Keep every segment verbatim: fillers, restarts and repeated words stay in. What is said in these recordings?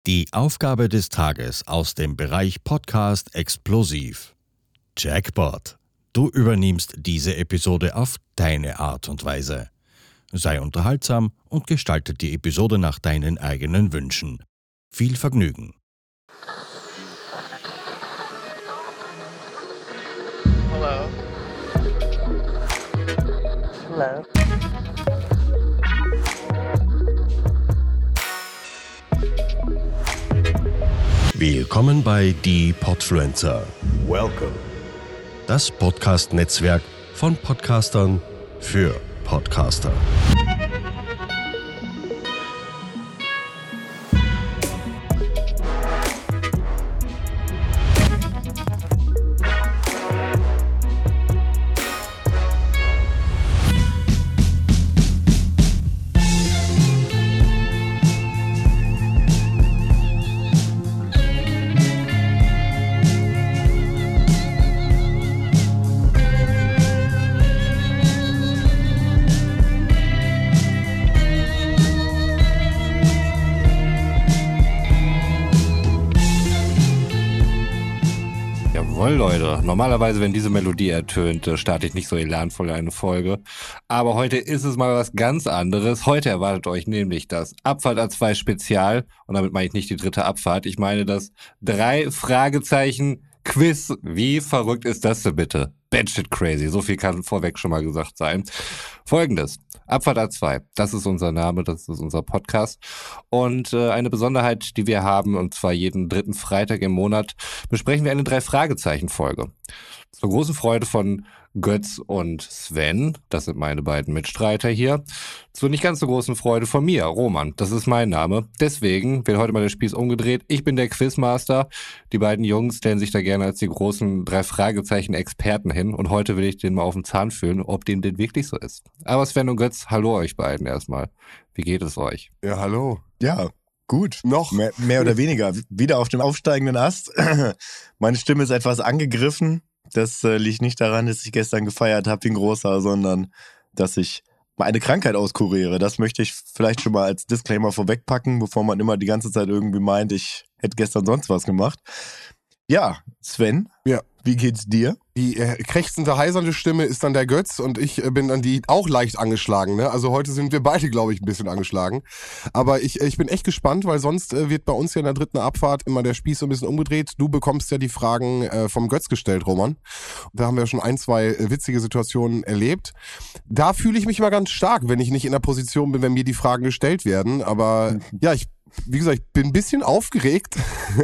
Die Aufgabe des Tages aus dem Bereich Podcast explosiv. Jackpot. Du übernimmst diese Episode auf deine Art und Weise. Sei unterhaltsam und gestalte die Episode nach deinen eigenen Wünschen. Viel Vergnügen. Hello. Hello. Willkommen bei Die Podfluencer. Welcome. Das Podcast-Netzwerk von Podcastern für Podcaster. Jawohl, Leute. Normalerweise, wenn diese Melodie ertönt, starte ich nicht so elanvoll eine Folge. Aber heute ist es mal was ganz anderes. Heute erwartet euch nämlich das Abfahrt A zwei Spezial. Und damit meine ich nicht die dritte Abfahrt. Ich meine das drei Fragezeichen Quiz. Wie verrückt ist das denn bitte? Batshit crazy. So viel kann vorweg schon mal gesagt sein. Folgendes. Abfahrt A zwei. Das ist unser Name, das ist unser Podcast. Und äh, eine Besonderheit, die wir haben, und zwar jeden dritten Freitag im Monat, besprechen wir eine Drei-Fragezeichen-Folge. Zur großen Freude von Götz und Sven, das sind meine beiden Mitstreiter hier. Zur nicht ganz so großen Freude von mir, Roman, das ist mein Name. Deswegen wird heute mal der Spieß umgedreht. Ich bin der Quizmaster. Die beiden Jungs stellen sich da gerne als die großen Drei-Fragezeichen-Experten hin. Und heute will ich den mal auf den Zahn fühlen, ob dem denn wirklich so ist. Aber Sven und Götz, hallo euch beiden erstmal. Wie geht es euch? Ja, hallo. Ja, gut. Noch. Mehr, mehr oder weniger. Wieder auf dem aufsteigenden Ast. Meine Stimme ist etwas angegriffen. Das äh, liegt nicht daran, dass ich gestern gefeiert habe wie ein Großer, sondern dass ich mal eine Krankheit auskuriere. Das möchte ich vielleicht schon mal als Disclaimer vorwegpacken, bevor man immer die ganze Zeit irgendwie meint, ich hätte gestern sonst was gemacht. Ja, Sven, Ja. wie geht's dir? Die äh, krächzende, heisernde Stimme ist dann der Götz und ich äh, bin dann die auch leicht angeschlagen. Ne? Also heute sind wir beide, glaube ich, ein bisschen angeschlagen. Aber ich, äh, ich bin echt gespannt, weil sonst äh, wird bei uns ja in der dritten Abfahrt immer der Spieß so ein bisschen umgedreht. Du bekommst ja die Fragen äh, vom Götz gestellt, Roman. Da haben wir schon ein, zwei äh, witzige Situationen erlebt. Da fühle ich mich mal ganz stark, wenn ich nicht in der Position bin, wenn mir die Fragen gestellt werden. Aber ja, ich Wie gesagt, ich bin ein bisschen aufgeregt,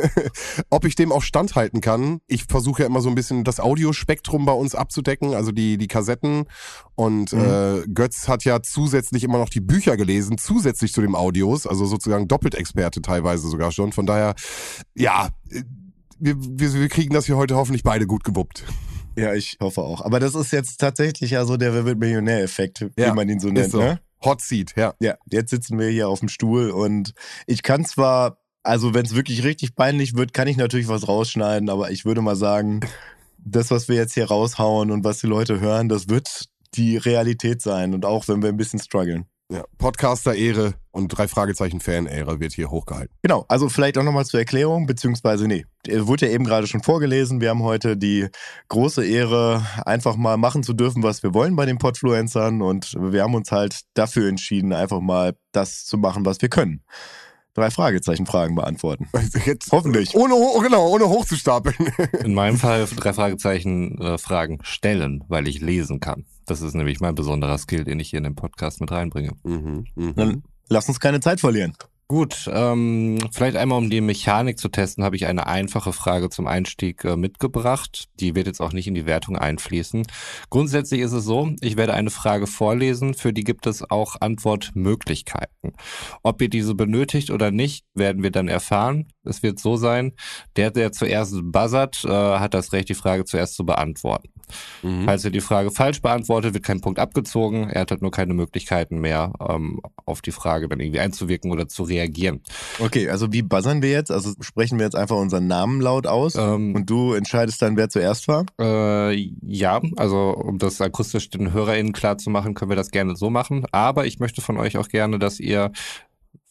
ob ich dem auch standhalten kann. Ich versuche ja immer so ein bisschen das Audiospektrum bei uns abzudecken, also die die Kassetten. Und mhm. äh, Götz hat ja zusätzlich immer noch die Bücher gelesen, zusätzlich zu den Audios, also sozusagen Doppeltexperte teilweise sogar schon. Von daher, ja, wir, wir, wir kriegen das hier heute hoffentlich beide gut gewuppt. Ja, ich hoffe auch. Aber das ist jetzt tatsächlich ja so der Wer wird Millionär-Effekt, wie Ja, man ihn so ist nennt, so. ne? Hot Seat, ja. Ja, jetzt sitzen wir hier auf dem Stuhl und ich kann zwar, also wenn es wirklich richtig peinlich wird, kann ich natürlich was rausschneiden, aber ich würde mal sagen, das, was wir jetzt hier raushauen und was die Leute hören, das wird die Realität sein und auch wenn wir ein bisschen strugglen. Ja, Podcaster-Ehre und Drei-Fragezeichen-Fan-Ehre wird hier hochgehalten. Genau, also vielleicht auch nochmal zur Erklärung, beziehungsweise nee, er wurde ja eben gerade schon vorgelesen. Wir haben heute die große Ehre, einfach mal machen zu dürfen, was wir wollen bei den Podfluencern und wir haben uns halt dafür entschieden, einfach mal das zu machen, was wir können. Drei Fragezeichen-Fragen beantworten. Jetzt, Hoffentlich. Ohne, genau, ohne hochzustapeln. In meinem Fall drei Fragezeichen äh, Fragen stellen, weil ich lesen kann. Das ist nämlich mein besonderer Skill, den ich hier in den Podcast mit reinbringe. Mhm, mhm. Dann lass uns keine Zeit verlieren. Gut, ähm, vielleicht einmal um die Mechanik zu testen, habe ich eine einfache Frage zum Einstieg äh, mitgebracht. Die wird jetzt auch nicht in die Wertung einfließen. Grundsätzlich ist es so, ich werde eine Frage vorlesen, für die gibt es auch Antwortmöglichkeiten. Ob ihr diese benötigt oder nicht, werden wir dann erfahren. Es wird so sein, der, der zuerst buzzert, äh, hat das Recht, die Frage zuerst zu beantworten. Mhm. Falls er die Frage falsch beantwortet, wird kein Punkt abgezogen. Er hat halt nur keine Möglichkeiten mehr, ähm, auf die Frage dann irgendwie einzuwirken oder zu reagieren. Okay, also wie buzzern wir jetzt? Also sprechen wir jetzt einfach unseren Namen laut aus Ähm, und du entscheidest dann, wer zuerst war? Äh, ja, also um das akustisch den HörerInnen klar zu machen, können wir das gerne so machen. Aber ich möchte von euch auch gerne, dass ihr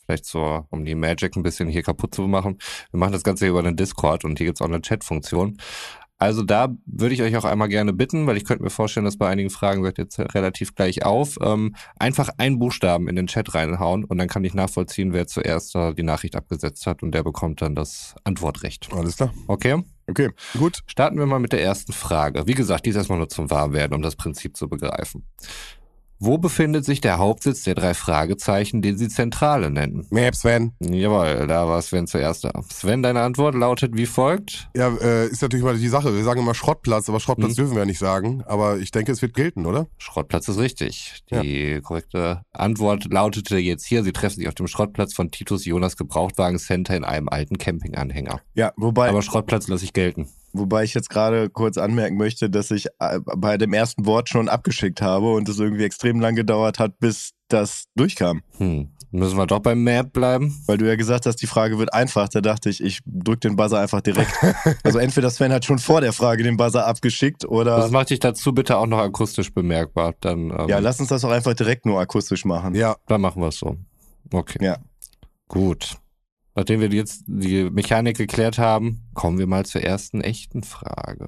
vielleicht so, um die Magic ein bisschen hier kaputt zu machen. Wir machen das Ganze hier über den Discord und hier gibt's auch eine Chat-Funktion. Also da würde ich euch auch einmal gerne bitten, weil ich könnte mir vorstellen, dass bei einigen Fragen hört jetzt relativ gleich auf, ähm, einfach einen Buchstaben in den Chat reinhauen und dann kann ich nachvollziehen, wer zuerst äh, die Nachricht abgesetzt hat und der bekommt dann das Antwortrecht. Alles klar. Okay? Okay, gut. Starten wir mal mit der ersten Frage. Wie gesagt, die ist erstmal nur zum Warmwerden, um das Prinzip zu begreifen. Wo befindet sich der Hauptsitz der drei Fragezeichen, den sie Zentrale nennen? Map, Sven. Jawohl, da war Sven zuerst da. Sven, deine Antwort lautet wie folgt? Ja, äh, ist natürlich mal die Sache. Wir sagen immer Schrottplatz, aber Schrottplatz Hm. dürfen wir ja nicht sagen. Aber ich denke, es wird gelten, oder? Schrottplatz ist richtig. Die korrekte Antwort lautete jetzt hier, sie treffen sich auf dem Schrottplatz von Titus Jonas Gebrauchtwagen-Center in einem alten Campinganhänger. Ja, wobei, Aber Schrottplatz lasse ich gelten. wobei ich jetzt gerade kurz anmerken möchte, dass ich äh, bei dem ersten Wort schon abgeschickt habe und es irgendwie extrem lang gedauert hat, bis das durchkam. Hm. Müssen wir doch beim Map bleiben? Weil du ja gesagt hast, die Frage wird einfach. Da dachte ich, ich drück den Buzzer einfach direkt. Also entweder Sven hat schon vor der Frage den Buzzer abgeschickt oder... Das macht dich dazu bitte auch noch akustisch bemerkbar. Dann, ähm, Ja, lass uns das doch einfach direkt nur akustisch machen. Ja. dann machen wir es so. Okay. Ja. Gut. Nachdem wir jetzt die Mechanik geklärt haben, kommen wir mal zur ersten echten Frage.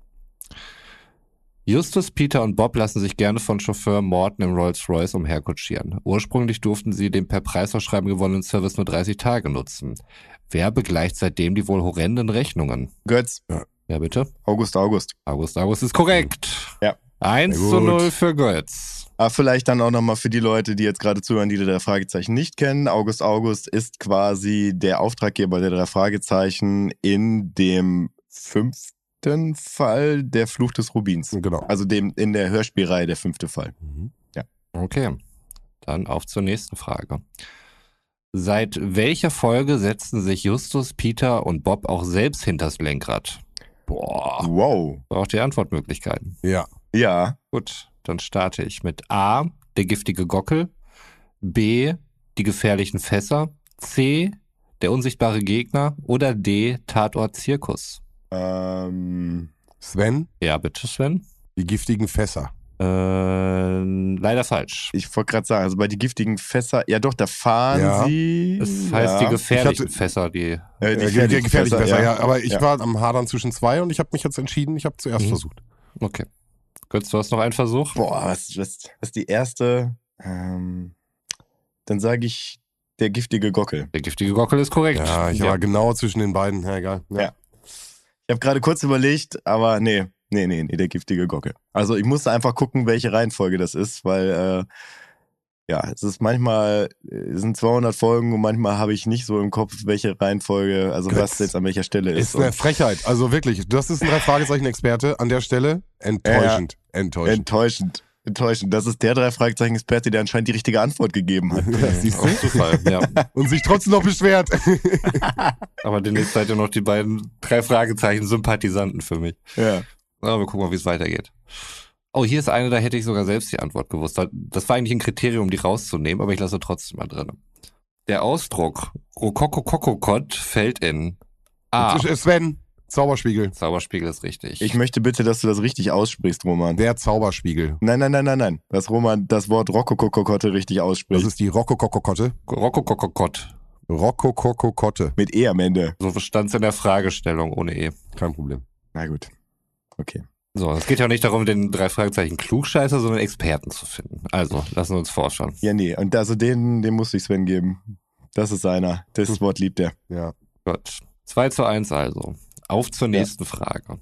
Justus, Peter und Bob lassen sich gerne von Chauffeur Morton im Rolls-Royce umherkutschieren. Ursprünglich durften sie den per Preisausschreiben gewonnenen Service nur dreißig Tage nutzen. Wer begleicht seitdem die wohl horrenden Rechnungen? Götz, Ja, bitte? August, August. August, August ist korrekt. Ja. eins Sehr zu gut. null für Götz. Aber vielleicht dann auch nochmal für die Leute, die jetzt gerade zuhören, die die drei Fragezeichen nicht kennen. August August ist quasi der Auftraggeber der drei Fragezeichen in dem fünften Fall der Fluch des Rubins. Genau. Also dem in der Hörspielreihe der fünfte Fall. Mhm. Okay, dann auf zur nächsten Frage. Seit welcher Folge setzen sich Justus, Peter und Bob auch selbst hinters Lenkrad? Boah. Wow. Braucht ihr Antwortmöglichkeiten? Ja. Ja. Gut, dann starte ich mit A, der giftige Gockel, B, die gefährlichen Fässer, C, der unsichtbare Gegner oder D, Tatort Zirkus. Ähm, Sven, Ja, bitte Sven. die giftigen Fässer. Äh, leider falsch. ich wollte gerade sagen, also bei die giftigen Fässer, ja doch, da fahren Ja. sie. Das heißt ja. die gefährlichen Ich hatte- Fässer, die... Äh, die Äh, gefährlichen gefährlichen Fässer, ja. Aber ich Ja. war am Hadern zwischen zwei und ich habe mich jetzt entschieden, ich habe zuerst Mhm. versucht. Okay. Götz, du hast noch einen Versuch? Boah, was, was, was ist die erste? Ähm, dann sage ich der giftige Gockel. Der giftige Gockel ist korrekt. Ja, ich war genau zwischen den beiden. Ja, egal. Ja. Ich habe gerade kurz überlegt, aber nee, nee, nee, nee, der giftige Gockel. Also ich musste einfach gucken, welche Reihenfolge das ist, weil äh, ja, es ist manchmal, es sind zweihundert Folgen und manchmal habe ich nicht so im Kopf, welche Reihenfolge, also Götz, was jetzt an welcher Stelle ist. Ist eine Frechheit. Also wirklich, das ist ein Drei-Fragezeichen-Experte an der Stelle. Enttäuschend. Enttäuschend. Enttäuschend. Enttäuschend. Das ist der drei Fragezeichen-Experte, der anscheinend die richtige Antwort gegeben hat. Ja, siehst Auf Zufall, ja. du? Und sich trotzdem noch beschwert. Aber demnächst seid ihr noch die beiden drei Fragezeichen Sympathisanten für mich. Ja. Aber wir gucken mal, wie es weitergeht. Oh, hier ist eine, da hätte ich sogar selbst die Antwort gewusst. Das war eigentlich ein Kriterium, die rauszunehmen, aber ich lasse trotzdem mal drin. Der Ausdruck Rokokokokokott fällt in A. Sven, Zauberspiegel. Zauberspiegel ist richtig. Ich möchte bitte, dass du das richtig aussprichst, Roman. Der Zauberspiegel. Nein, nein, nein, nein, nein. Dass Roman das Wort Rokokokokotte richtig Das ausspricht. ist die Rokokokokotte. Rokokokokott. Rokokokokotte. Mit E am Ende. So stand es in der Fragestellung ohne E. Kein Problem. Na gut. Okay. So, es geht ja auch nicht darum, den drei Fragezeichen Klugscheißer, sondern Experten zu finden. Also, lassen wir uns forschen. Ja, nee. Und also den, den muss ich Sven geben. Das ist einer. Das Wort liebt er. Ja. Gut. zwei zu eins also. Auf zur nächsten Frage.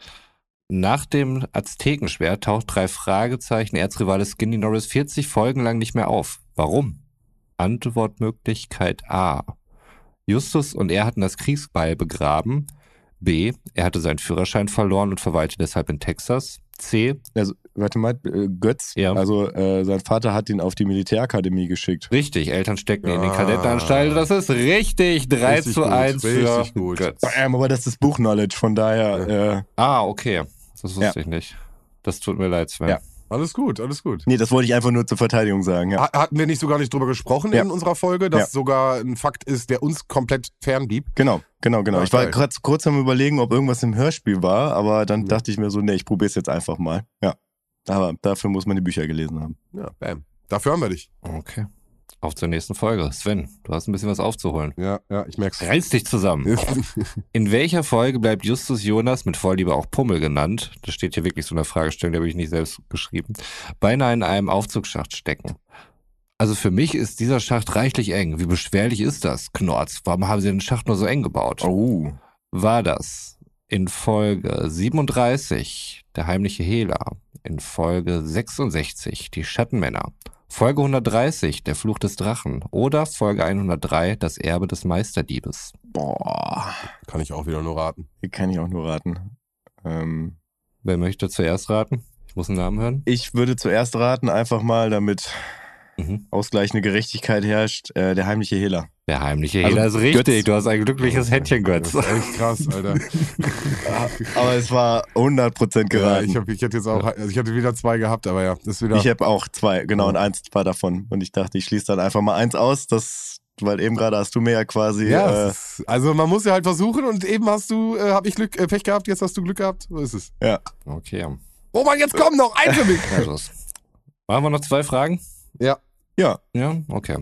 Nach dem Aztekenschwert taucht drei Fragezeichen Erzrivale Skinny Norris vierzig Folgen lang nicht mehr auf. Warum? Antwortmöglichkeit A. Justus und er hatten das Kriegsbeil begraben. B. Er hatte seinen Führerschein verloren und verweilte deshalb in Texas. C. Also, warte mal, äh, Götz. Ja. Also, äh, sein Vater hat ihn auf die Militärakademie geschickt. Richtig, Eltern stecken ihn in den Ah. Kadettenanstalt. Das ist richtig. drei Richtig zu gut, eins für richtig gut. Götz. Ähm, aber das ist Buch-Knowledge, von daher, äh, Ah, okay. Das wusste Ja. ich nicht. Das tut mir leid, Sven. Ja. Alles gut, alles gut. nee, das wollte ich einfach nur zur Verteidigung sagen, ja. Ha- Hatten wir nicht sogar nicht drüber gesprochen Ja. in unserer Folge, dass Ja. sogar ein Fakt ist, der uns komplett fernblieb? Genau, genau, genau. Ja, ich war geil. gerade kurz am Überlegen, ob irgendwas im Hörspiel war, aber dann Mhm. dachte ich mir so, nee, ich probier's jetzt einfach mal. Ja. Aber dafür muss man die Bücher gelesen haben. Ja, bam. Dafür haben wir dich. Okay. Auf zur nächsten Folge. Sven, du hast ein bisschen was aufzuholen. Ja, ja, ich merk's. Reiß dich zusammen. In welcher Folge bleibt Justus Jonas, mit Vorliebe auch Pummel genannt, das steht hier wirklich so in der Fragestellung, die habe ich nicht selbst geschrieben, beinahe in einem Aufzugsschacht stecken? Also für mich ist dieser Schacht reichlich eng. Wie beschwerlich ist das, Knorz? Warum haben sie den Schacht nur so eng gebaut? Oh. War das in Folge siebenunddreißig, der heimliche Hehler, in Folge sechsundsechzig, die Schattenmänner, Folge hundertdreißig, der Fluch des Drachen oder Folge hundertdrei, das Erbe des Meisterdiebes? Boah. Kann ich auch wieder nur raten. Hier kann ich auch nur raten. Ähm, Wer möchte zuerst raten? Ich muss einen Namen hören. ich würde zuerst raten, einfach mal, damit Mhm. ausgleichende Gerechtigkeit herrscht, äh, der heimliche Hehler. Der heimliche Also Hehler ist richtig. Götz. Du hast ein glückliches Händchen, Götz. Das ist echt krass, Alter. Aber es war hundert Prozent Ja, geraten. ich, hab, ich hätte jetzt auch, also ich hatte wieder zwei gehabt, aber ja, das ist wieder. Ich habe auch zwei, genau, Ja. und eins war davon. Und ich dachte, ich schließe dann einfach mal eins aus, das, weil eben gerade hast du mir ja quasi. ja, äh, es ist, also man muss ja halt versuchen und eben hast du, äh, habe ich Glück, äh, Pech gehabt, jetzt hast du Glück gehabt. So ist es. Okay. Oh Mann, jetzt komm noch ein für mich. Na los. Machen wir noch zwei Fragen? Ja. ja, Ja, okay.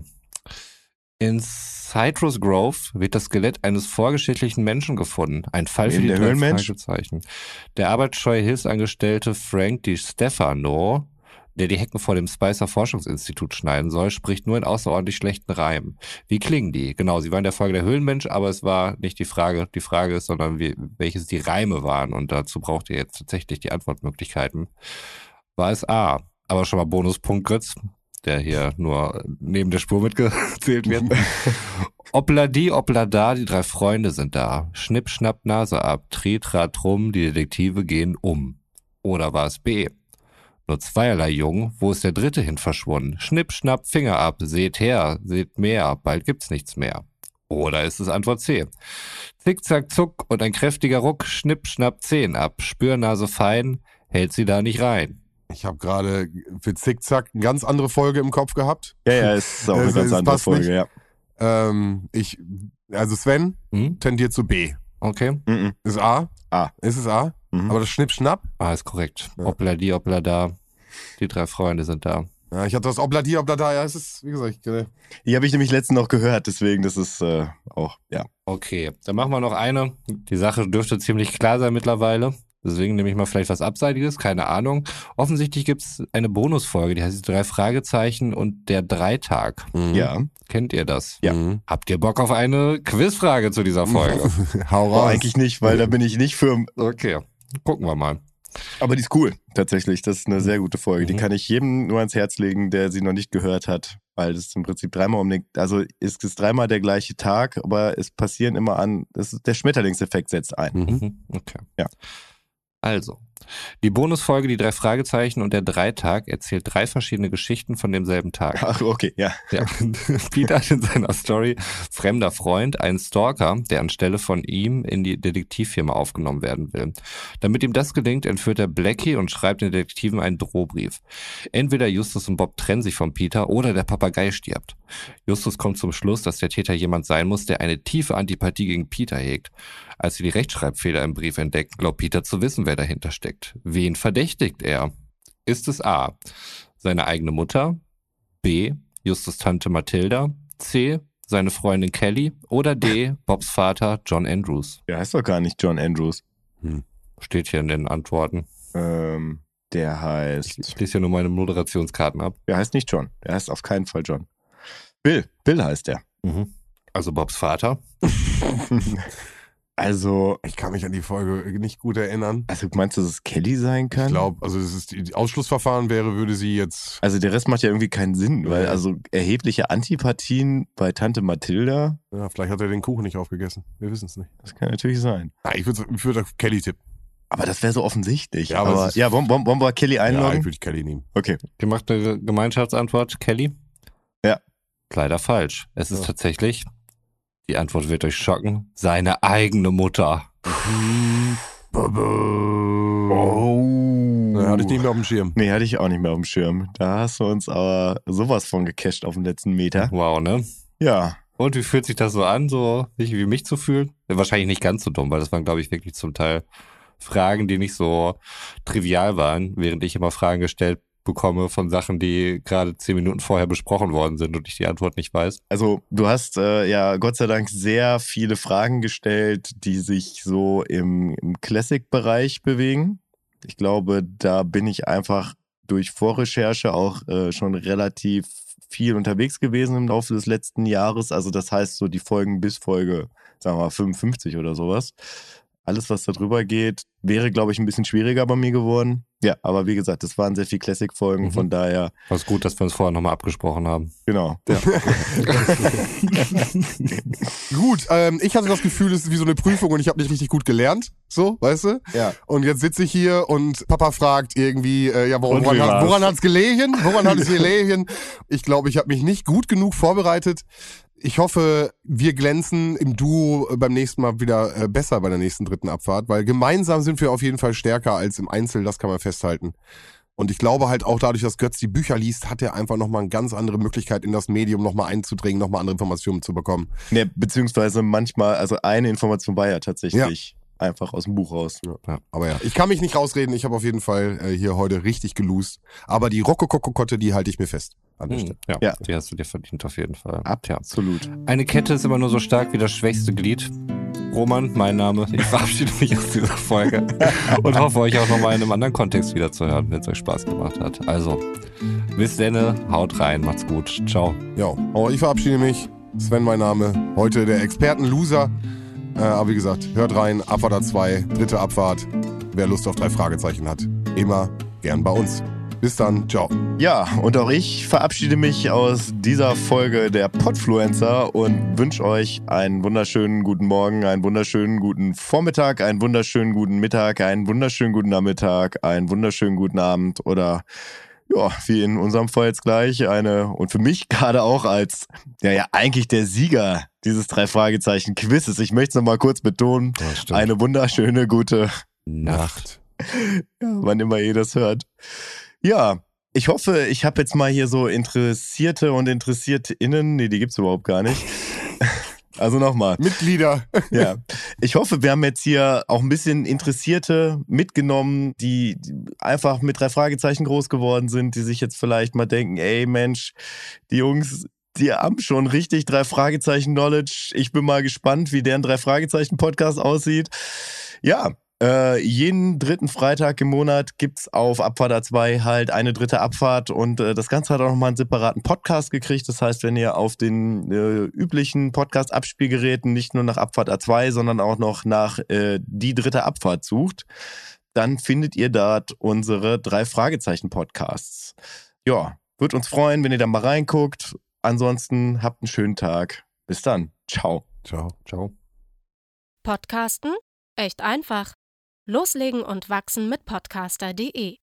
In Citrus Grove wird das Skelett eines vorgeschichtlichen Menschen gefunden. Ein Fall für Eben die der drei Höhlenmensch? Fragezeichen. Der arbeitsscheue Hilfsangestellte Frank Di Stefano, der die Hecken vor dem Spicer Forschungsinstitut schneiden soll, spricht nur in außerordentlich schlechten Reimen. Wie klingen die? Genau, sie waren in der Folge der Höhlenmensch, aber es war nicht die Frage, die Frage ist, sondern wie, welches die Reime waren. Und dazu braucht ihr jetzt tatsächlich die Antwortmöglichkeiten. War es A, aber schon mal Bonuspunkt, Götz, der hier nur neben der Spur mitgezählt wird. Obladi, oblada, die drei Freunde sind da. Schnipp, schnapp, Nase ab. Tri, tra, trum, die Detektive gehen um. Oder war es B? Nur zweierlei Jung, wo ist der dritte hin verschwunden? Schnipp, schnapp, Finger ab. Seht her, seht mehr, bald gibt's nichts mehr. Oder ist es Antwort C? Zick, zack, zuck und ein kräftiger Ruck. Schnipp, schnapp, Zehen ab. Spürnase fein, hält sie da nicht rein. Ich habe gerade für Zickzack eine ganz andere Folge im Kopf gehabt. ja, ja, ist auch eine Das- ganz das andere passt Folge, nicht. ja. Ähm, ich, also Sven Hm? tendiert zu B. Okay. Mhm. Ist A? A. Ist es A? Mhm. Aber das Schnipp-Schnapp? Ah, ist korrekt. Ja. Obladi, oblada, die drei Freunde sind da. Ja, ich hatte das Obladi, Oblada, ja, es ist, wie gesagt, ich, äh, Die habe ich nämlich letztens noch gehört, deswegen, das ist äh, auch, ja. Okay, dann machen wir noch eine. Die Sache dürfte ziemlich klar sein mittlerweile. Deswegen nehme ich mal vielleicht was Abseitiges, keine Ahnung. Offensichtlich gibt's eine Bonusfolge, die heißt die drei Fragezeichen und der Dreitag. mhm. Ja. Kennt ihr das? Ja. Mhm. Habt ihr Bock auf eine Quizfrage zu dieser Folge? Hau Oh, raus. eigentlich nicht, weil da bin ich nicht für. Okay, gucken wir mal. Aber die ist cool, tatsächlich. Das ist eine sehr gute Folge. Die Mhm. kann ich jedem nur ans Herz legen, der sie noch nicht gehört hat. Weil das ist im Prinzip dreimal um den, also es ist dreimal der gleiche Tag, aber es passieren immer an, das ist, der Schmetterlingseffekt setzt ein. Mhm. Mhm, okay. Ja. Also, die Bonusfolge, die drei Fragezeichen und der Dreitag erzählt drei verschiedene Geschichten von demselben Tag. Ach, okay, ja. Ja. Peter hat in seiner Story fremder Freund, einen Stalker, der anstelle von ihm in die Detektivfirma aufgenommen werden will. Damit ihm das gelingt, entführt er Blackie und schreibt den Detektiven einen Drohbrief. Entweder Justus und Bob trennen sich von Peter oder der Papagei stirbt. Justus kommt zum Schluss, dass der Täter jemand sein muss, der eine tiefe Antipathie gegen Peter hegt. Als sie die Rechtschreibfehler im Brief entdecken, glaubt Peter zu wissen, wer dahinter steckt. Wen verdächtigt er? Ist es A, seine eigene Mutter, B, Justus Tante Mathilda, C, seine Freundin Kelly oder D, Bobs Vater John Andrews? Der heißt doch gar nicht John Andrews. Steht hier in den Antworten. Ähm, der Ich heißt, schließe hier nur meine Moderationskarten ab. der heißt nicht John. Der heißt auf keinen Fall John. Bill. Bill heißt der. Mhm. Also Bobs Vater. Also, Ich kann mich an die Folge nicht gut erinnern. also meinst du, dass es Kelly sein kann? Ich glaube, also das ist die Ausschlussverfahren wäre, würde sie jetzt. Also der Rest macht ja irgendwie keinen Sinn, weil Ja. also erhebliche Antipathien bei Tante Mathilda, Ja, vielleicht hat er den Kuchen nicht aufgegessen. Wir wissen es nicht. das kann natürlich sein. Ja, ich würde ich würd auf Kelly tippen. Aber das wäre so offensichtlich. Ja, aber aber es ist- ja, wollen, wollen, wollen wir Kelly Ja, ich einloggen? würde Kelly nehmen. Okay. Gemacht eine Gemeinschaftsantwort, Kelly? Ja. Leider falsch. Es ist Ja. tatsächlich, die Antwort wird euch schocken, seine eigene Mutter. Oh. Ja, hatte ich nicht mehr auf dem Schirm. Nee, hatte ich auch nicht mehr auf dem Schirm. Da hast du uns aber sowas von gecasht auf dem letzten Meter. Wow, ne? Ja. Und wie fühlt sich das so an, so sich wie mich zu fühlen? Wahrscheinlich nicht ganz so dumm, weil das waren, glaube ich, wirklich zum Teil Fragen, die nicht so trivial waren, während ich immer Fragen gestellt bekomme von Sachen, die gerade zehn Minuten vorher besprochen worden sind und ich die Antwort nicht weiß. Also du hast äh, ja Gott sei Dank sehr viele Fragen gestellt, die sich so im, im Classic-Bereich bewegen. Ich glaube, da bin ich einfach durch Vorrecherche auch äh, schon relativ viel unterwegs gewesen im Laufe des letzten Jahres. Also das heißt so die Folgen bis Folge, sagen wir mal, fünfundfünfzig oder sowas. Alles, was da drüber geht, wäre, glaube ich, ein bisschen schwieriger bei mir geworden. Ja, aber wie gesagt, das waren sehr viele Classic-Folgen, Mhm. von daher, War es gut, dass wir uns vorher nochmal abgesprochen haben. genau. Ja. Gut, ähm, ich hatte das Gefühl, es ist wie so eine Prüfung und ich habe nicht richtig gut gelernt, so, weißt du? Ja. Und jetzt sitze ich hier und Papa fragt irgendwie, äh, ja, woran, Und woran, wie hat, war's? woran hat's gelegen? Woran hat es gelegen? Ich glaube, ich habe mich nicht gut genug vorbereitet. Ich hoffe, wir glänzen im Duo beim nächsten Mal wieder äh, besser bei der nächsten dritten Abfahrt, weil gemeinsam sind wir auf jeden Fall stärker als im Einzel, das kann man festhalten. Und ich glaube halt auch dadurch, dass Götz die Bücher liest, hat er einfach nochmal eine ganz andere Möglichkeit, in das Medium nochmal einzudringen, nochmal andere Informationen zu bekommen. Ne, beziehungsweise manchmal, also eine Information war ja tatsächlich einfach aus dem Buch raus. Ja. Aber ja, ich kann mich nicht rausreden, ich habe auf jeden Fall äh, hier heute richtig gelost. Aber die Rokokokokotte, die halte ich mir fest an der Hm, Stelle. ja, Ja. die hast du dir verdient auf jeden Fall. Tja. Absolut. Eine Kette ist immer nur so stark wie das schwächste Glied. Roman, mein Name. Ich verabschiede mich aus dieser Folge und hoffe, euch auch nochmal in einem anderen Kontext wiederzuhören, wenn es euch Spaß gemacht hat. Also, bis denne, haut rein, macht's gut. Ciao. Ja, aber ich verabschiede mich. Sven mein Name. Heute der Experten-Loser. Äh, aber wie gesagt, hört rein. Abfahrt A zwei, dritte Abfahrt. Wer Lust auf drei Fragezeichen hat, immer gern bei uns. Bis dann, ciao. Ja, und auch ich verabschiede mich aus dieser Folge der Podfluencer und wünsche euch einen wunderschönen guten Morgen, einen wunderschönen guten Vormittag, einen wunderschönen guten Mittag, einen wunderschönen guten Nachmittag, einen wunderschönen guten Abend oder ja, wie in unserem Fall jetzt gleich eine und für mich gerade auch als ja ja eigentlich der Sieger dieses drei Fragezeichen Quizzes. Ich möchte es nochmal kurz betonen, Ja, stimmt. eine wunderschöne gute Nacht. Ja, wann immer ihr das hört. Ja, ich hoffe, ich habe jetzt mal hier so Interessierte und InteressiertInnen, nee, die gibt's überhaupt gar nicht. Also nochmal. Mitglieder. Ja, ich hoffe, wir haben jetzt hier auch ein bisschen Interessierte mitgenommen, die einfach mit drei Fragezeichen groß geworden sind, die sich jetzt vielleicht mal denken, ey Mensch, die Jungs, die haben schon richtig drei Fragezeichen Knowledge. Ich bin mal gespannt, wie deren drei Fragezeichen Podcast aussieht. Ja, Äh, jeden dritten Freitag im Monat gibt's auf Abfahrt A zwei halt eine dritte Abfahrt und äh, das Ganze hat auch nochmal einen separaten Podcast gekriegt. Das heißt, wenn ihr auf den äh, üblichen Podcast-Abspielgeräten nicht nur nach Abfahrt A zwei, sondern auch noch nach äh, die dritte Abfahrt sucht, dann findet ihr dort unsere drei Fragezeichen Podcasts. Ja, würde uns freuen, wenn ihr da mal reinguckt. Ansonsten habt einen schönen Tag. Bis dann. Ciao. Ciao. Ciao. Podcasten? Echt einfach. Loslegen und wachsen mit podcaster punkt de